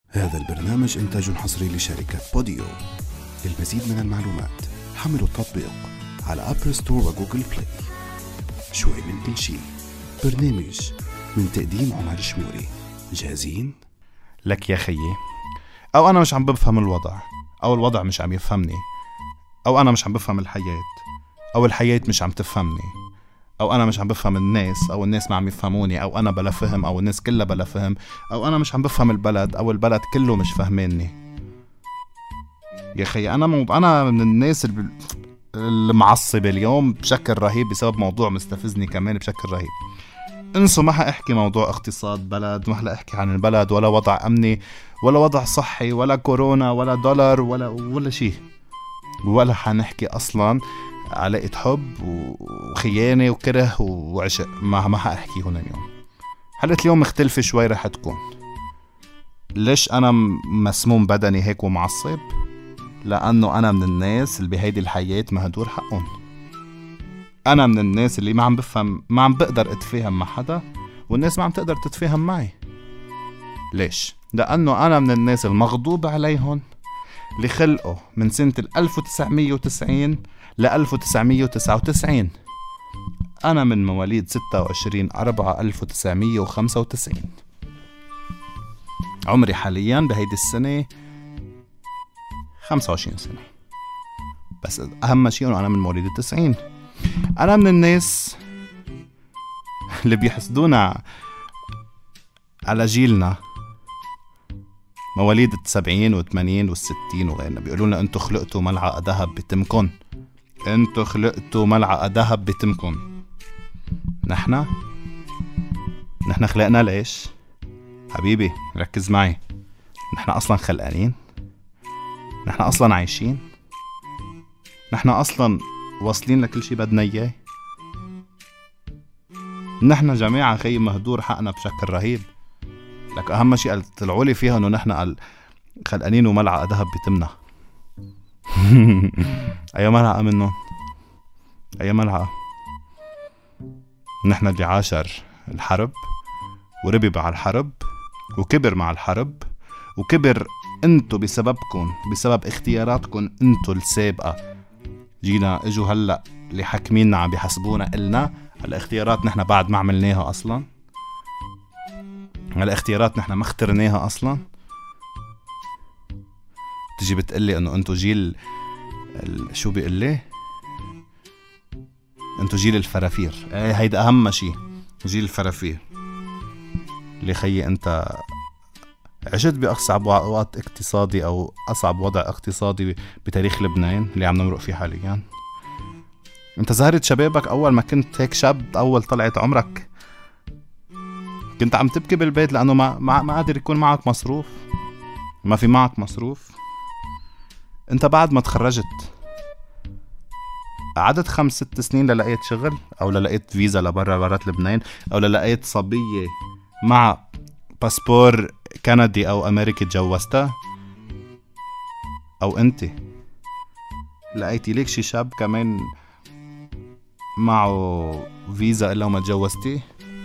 هذا البرنامج إنتاج حصري لشركة بوديو. للمزيد من المعلومات حملوا التطبيق على أبل ستور وجوجل بلاي. شوي من كل شي، برنامج من تقديم عمر شموري. جاهزين؟ لك يا خيي، أو أنا مش عم بفهم الوضع، أو الوضع مش عم يفهمني، أو أنا مش عم بفهم الحياة، أو الحياة مش عم تفهمني، أو أنا مش عم بفهم الناس، أو الناس ما عم يفهموني، أو أنا بلا فهم، أو الناس كلها بلا فهم، أو أنا مش عم بفهم البلد، أو البلد كله مش فهميني. يا خيي أنا من الناس المعصبة اليوم بشكل رهيب بسبب موضوع مستفزني كمان بشكل رهيب. انسوا، ما حاحكي موضوع اقتصاد بلد، ما حاحكي عن البلد ولا وضع أمني ولا وضع صحي ولا كورونا ولا دولار ولا شيء، ولا حنحكي أصلا علاقة حب وخيانة وكره وعشق. ما حاحكي هنا اليوم. حلقة اليوم مختلفة شوي رح تكون. ليش أنا مسموم بدني هيك ومعصب؟ لأنه أنا من الناس اللي بهيدي الحياة مهدور حقهم. أنا من الناس اللي ما عم بفهم، ما عم بقدر أتفاهم مع حدا، والناس ما عم تقدر تتفاهم معي. ليش؟ لأنه أنا من الناس المغضوب عليهم اللي خلقوا من سنة 1990 ل 1999. أنا من مواليد 26/4/1995. عمري حاليا بهيدي السنة 25 سنة، بس أهم شيء أنه أنا من مواليد 90. أنا من الناس اللي بيحسدونا على جيلنا، مواليد 70 و80 و60 وغيرنا، بيقولوا لنا أنتوا خلقتوا ملعقة ذهب بتمكن، أنتوا خلقتوا ملعقة ذهب بتمكن. نحن خلقنا ليش؟ حبيبي ركز معي، نحن أصلا خلقانين، نحن أصلا عايشين، نحن أصلا واصلين لكل شي بدنا إياه. نحن جماعة خي مهدور حقنا بشكل رهيب. لك أهم شي طلعوا لي فيها إنه نحن خلقانين وملعقة ذهب بتمنا. أي ملعقة منهم؟ أي ملعقة؟ نحن اللي عاشر الحرب وربي مع الحرب وكبر مع الحرب وكبر انتو بسببكم، بسبب اختياراتكم انتو السابقة. جينا اجوا هلأ اللي حاكميننا عم بيحسبونا إلنا على اختيارات نحن بعد ما عملناها أصلا، على اختيارات نحن ما اخترناها أصلا. تجي بتقلي انه انتو جيل شو بيقلي؟ انتو جيل الفرافير. هيدا اهم شي، جيل الفرافير. اللي خيي انت عشت بأصعب وقت اقتصادي او اصعب وضع اقتصادي بتاريخ لبنان اللي عم نمرق فيه حاليا. انت زهرت شبابك اول ما كنت هيك شاب، اول طلعت عمرك كنت عم تبكي بالبيت لانه ما قادر يكون معك مصروف، ما في معك مصروف. انت بعد ما تخرجت قعدت 5-6 سنين للقيت شغل، او للقيت فيزا برات لبنان، او للقيت صبية مع باسبور كندي او امريكي تجوزتها، او انت لقيتي ليك شي شاب كمان معه فيزا الا وما تجوزتي.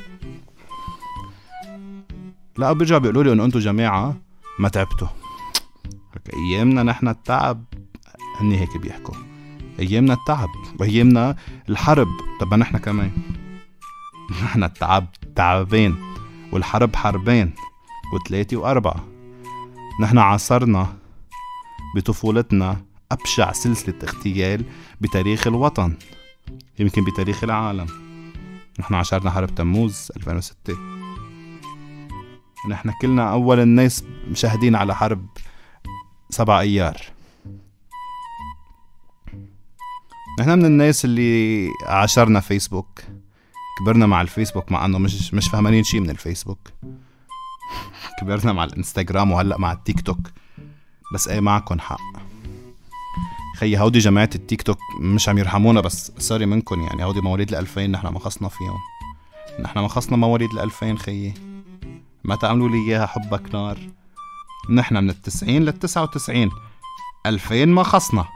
لا بيرجعوا بيقولوا لي انه انتو جماعة ما تعبتوا. ايامنا نحن التعب، هني هيك بيحكوا، ايامنا التعب وايامنا الحرب. طب نحن كمان نحن التعب تعبين والحرب حربين و3 و4. نحن عاصرنا بطفولتنا أبشع سلسلة اغتيال بتاريخ الوطن، يمكن بتاريخ العالم. نحن عاشرنا حرب تموز 2006. نحن كلنا أول الناس مشاهدين على حرب 7 أيار. نحن من الناس اللي عاشرنا فيسبوك، كبرنا مع الفيسبوك مع انه مش فهمانين شي من الفيسبوك. كبرنا مع الانستغرام وهلأ مع التيك توك. بس ايه معكن حق خي، هودي جماعة التيك توك مش عم يرحمونا، بس سوري منكن يعني. هودي مواليد 2000، نحن ما خصنا فيهم، نحن ما خصنا مواليد 2000 خيي. ما تعملوا لي اياها حبك نار. نحن من 90 ل99، 2000 ما خصنا.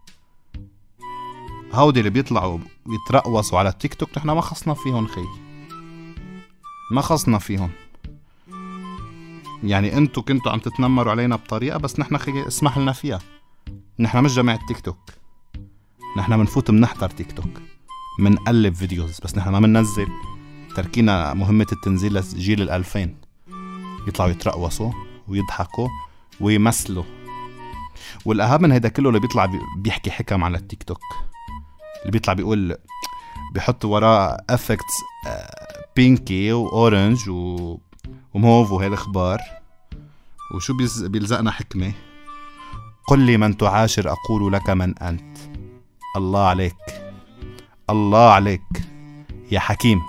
هودي اللي بيطلعوا ويترقصوا على التيك توك نحن ما خصنا فيهم خي، ما خصنا فيهم. يعني انتوا كنتوا عم تتنمروا علينا بطريقة، بس نحن اسمح لنا فيها. نحن مش جماعة تيك توك، نحن منفوت منحضر تيك توك، منقلب فيديوز، بس نحن ما مننزل. تركينا مهمة التنزيل لجيل 2000 يطلعوا يترقوصوا ويضحكوا ويمثلوا. والأهم من هيدا كله اللي بيطلع بيحكي حكم على التيك توك، اللي بيطلع بيقول بيحط وراه افكتس بينكي واورنج وموف وهالاخبار، وشو بيلزقنا حكمة. قل لي من تعاشر أقول لك من أنت. الله عليك، الله عليك يا حكيم،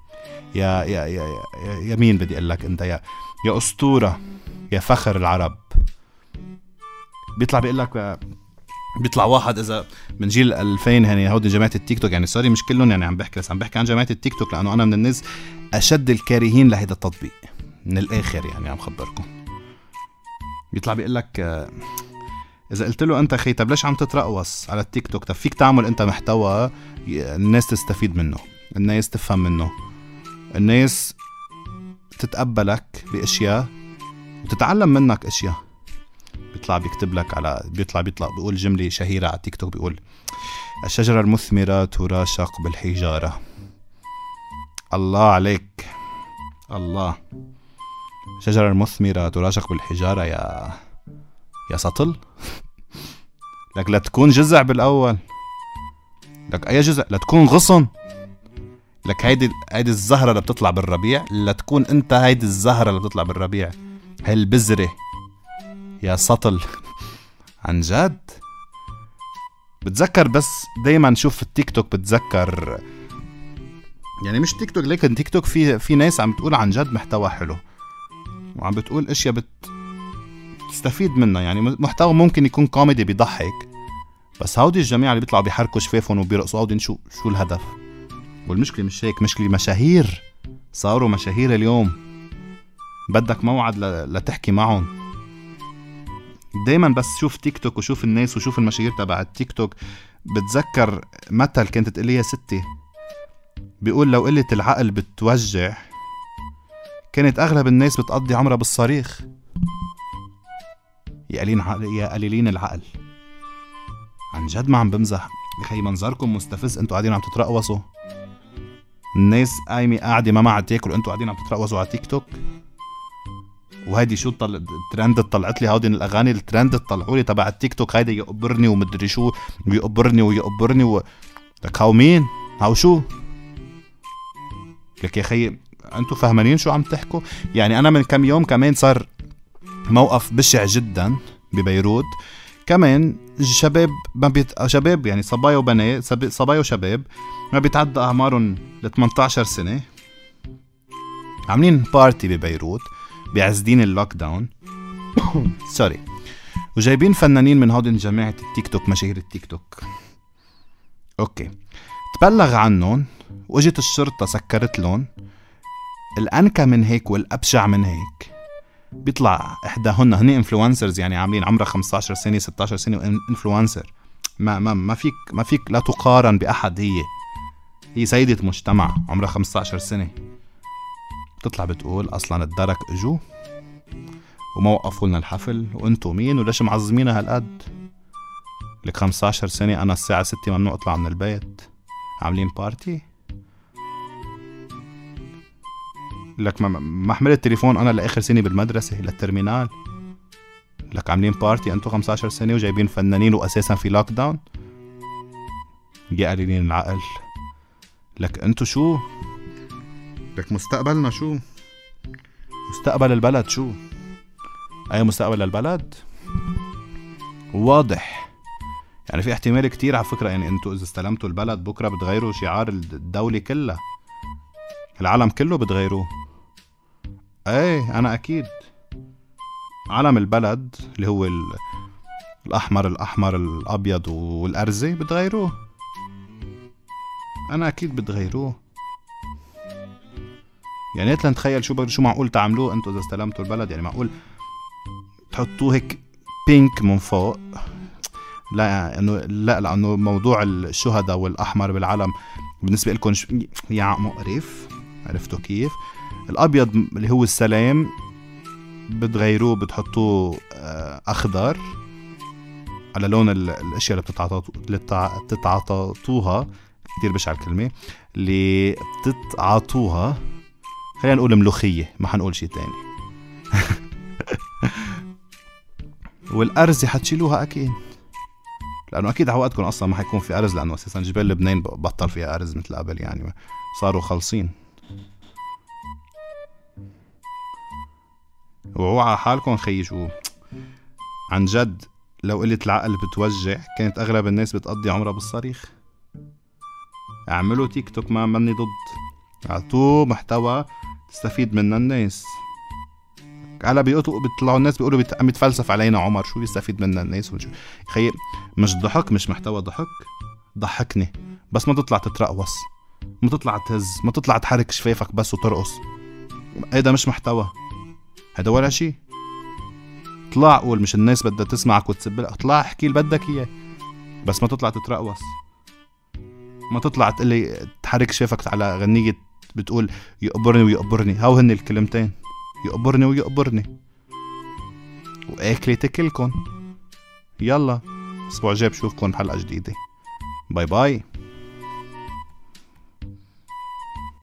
يا مين بدي أقول لك أنت، يا أسطورة، يا فخر العرب. بيطلع بيقول لك، بيطلع واحد إذا من جيل 2000 هني هودي جماعة التيك توك، يعني سوري مش كلهم يعني عم بحكي، بس عم بحكي عن جماعة التيك توك، لأنه أنا من الناس أشد الكارهين لهيدا التطبيق من الآخر، يعني عم خبركم. بيطلع بيقول لك إذا قلت له أنت خي طب ليش عم تترقص على التيك توك؟ طب فيك تعمل أنت محتوى الناس تستفيد منه، الناس تفهم منه، الناس تتقبلك بأشياء وتتعلم منك أشياء. بيطلع بيكتب لك على بيطلع بيقول جملة شهيرة على التيك توك، بيقول الشجرة المثمرة تراشق بالحجارة. الله عليك، الله. الشجرة المثمرة تراشق بالحجارة يا سطل. لك لا تكون جزع بالأول، لك أي جزع، لا تكون غصن. لك هيدي الزهرة اللي بتطلع بالربيع، لا تكون أنت هيدي الزهرة اللي بتطلع بالربيع، هاي البذرة يا سطل. عن جد بتذكر، بس دايما شوف التيك توك بتذكر، يعني مش تيك توك لكن تيك توك في ناس عم بتقول عن جد محتوى حلو، وعم بتقول اشياء بتستفيد منها، يعني محتوى ممكن يكون كوميدي بيضحك، بس هودي الجماعة اللي بيطلعوا بيحركوا شفافهم وبيرقصوا، هودي شو الهدف؟ والمشكلة مش هيك، مشكلة مشاهير، صاروا مشاهير اليوم، بدك موعد لتحكي معهم. دايما بس شوف تيك توك وشوف الناس وشوف المشاهير تبع التيك توك. بتذكر مثل كانت تقلي يا ستي، بيقول لو قلة العقل بتوجع كانت أغلب الناس بتقضي عمرها بالصريخ. يا قليلين العقل، عن جد ما عم بمزح يا خي. منظركم مستفز، انتوا قاعدين عم تترقصوا، الناس قاعدة ما معها تاكل، انتوا قاعدين عم تترقصوا على تيك توك. وهيدي شو الترند طلعت لي، هودي الاغاني الترند طلعوا لي تبع التيك توك، هيدا يقبرني ومدري شو، ويقبرني لك هاو مين هاو شو؟ لك يا خي انتوا فهمانين شو عم تحكوا؟ يعني انا من كم يوم كمان صار موقف بشع جدا ببيروت، كمان شباب يعني صبايا وبنات، صبايا وشباب ما بيتعدى اعمارهم ل 18 سنة، عاملين بارتي ببيروت بعزدين اللوك داون سوري، وجايبين فنانين من هودن جماعة التيك توك، مشاهير التيك توك. اوكي، تبلغ عنهم واجت الشرطة سكرت لهم. الأنكى من هيك والأبشع من هيك، بيطلع إحداهن، هني إنفلونسرز، يعني عاملين عمرها 15 سنة 16 سنة إنفلونسر، ما فيك لا تقارن بأحد. هي سيدة مجتمع عمرها 15 سنة، بتطلع بتقول أصلا الدرك اجوا وما وقفوا لنا الحفل، وانتو مين وليش معظمينها هالقد؟ لك 15 سنة أنا الساعة 6 ممنوع أطلع من البيت، عاملين بارتي. لك ما حملت تليفون أنا لآخر سنة بالمدرسة للترمينال. لك عاملين بارتي أنتو 15 سنة وجايبين فنانين وأساسا في لوك داون. يا قليلين العقل، لك أنتو شو؟ لك مستقبلنا شو؟ مستقبل البلد شو؟ أي مستقبل للبلد؟ واضح يعني في احتمال كتير على فكرة، يعني أنتو إذا استلمتوا البلد بكرة بتغيروا شعار الدولة كلها، العالم كله بتغيروه. ايه انا اكيد علم البلد اللي هو الاحمر الابيض والارزي بتغيروه، انا اكيد بتغيروه. يعني نتخيل شو معقول تعملوه انتوا اذا استلمتوا البلد؟ يعني معقول تحطوه هيك بينك من فوق؟ لا انه لا لانه موضوع الشهداء والاحمر بالعلم بالنسبه لكم يا مقرف. عرفتوا كيف؟ الابيض اللي هو السلام بتغيروه بتحطوه اخضر على لون الاشياء اللي بتتعاطوها. كتير بشع الكلمة اللي بتتعاطوها. خلينا نقول ملوخية، ما حنقول شي تاني. والأرز حتشيلوها أكيد، لأنه أكيد عوقتكم أصلا ما حيكون في أرز، لأنه أساسا جبال لبنان بطل فيها أرز مثل قبل، يعني صاروا خالصين. ووعى حالكم خيي شو عن جد، لو قلة العقل بتوجع كانت أغلب الناس بتقضي عمرها بالصريخ. اعملوا تيك توك، ما مني ضد، اعطوه محتوى تستفيد منه الناس. على بيطلعوا الناس بيقولوا عم يتفلسف علينا عمر، شو بيستفيد منا الناس خي؟ مش ضحك، مش محتوى ضحك. ضحكني بس ما تطلع تترقص، ما تطلع تهز، ما تطلع تحرك شفايفك بس وترقص. هيدا مش محتوى، هيدا ولا شي. طلع قول، مش الناس بدها تسمعك وتسبلك، اطلع احكي اللي بدك اياه بس ما تطلع تترقص. ما تطلع تقلي تحرك شفايفك على غنية بتقول يقبرني ويقبرني. هاو هن الكلمتين، يقبرني ويقبرني. واكلي تكلكن. يلا اسبوع جاي بشوفكن بحلقة جديدة. باي باي.